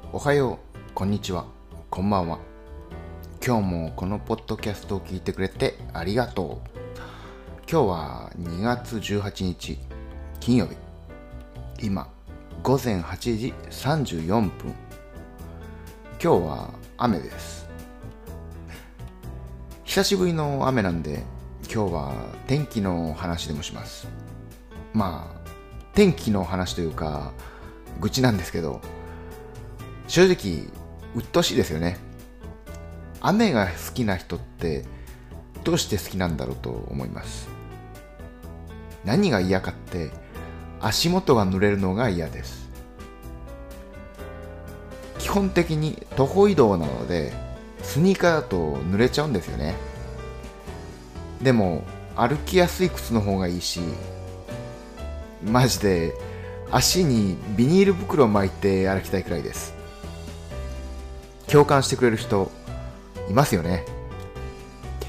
おはよう、こんにちは、こんばんは。今日もこのポッドキャストを聞いてくれてありがとう。今日は2月18日金曜日。今午前8時34分。今日は雨です。久しぶりの雨なんで、今日は天気の話でもします。天気の話というか愚痴なんですけど、正直鬱陶しいですよね。雨が好きな人ってどうして好きなんだろうと思います。何が嫌かって足元が濡れるのが嫌です。基本的に徒歩移動なのでスニーカーだと濡れちゃうんですよね。でも歩きやすい靴の方がいいし、マジで足にビニール袋を巻いて歩きたいくらいです。共感してくれる人いますよね。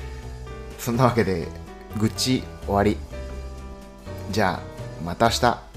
そんなわけで愚痴終わり。じゃあまた明日。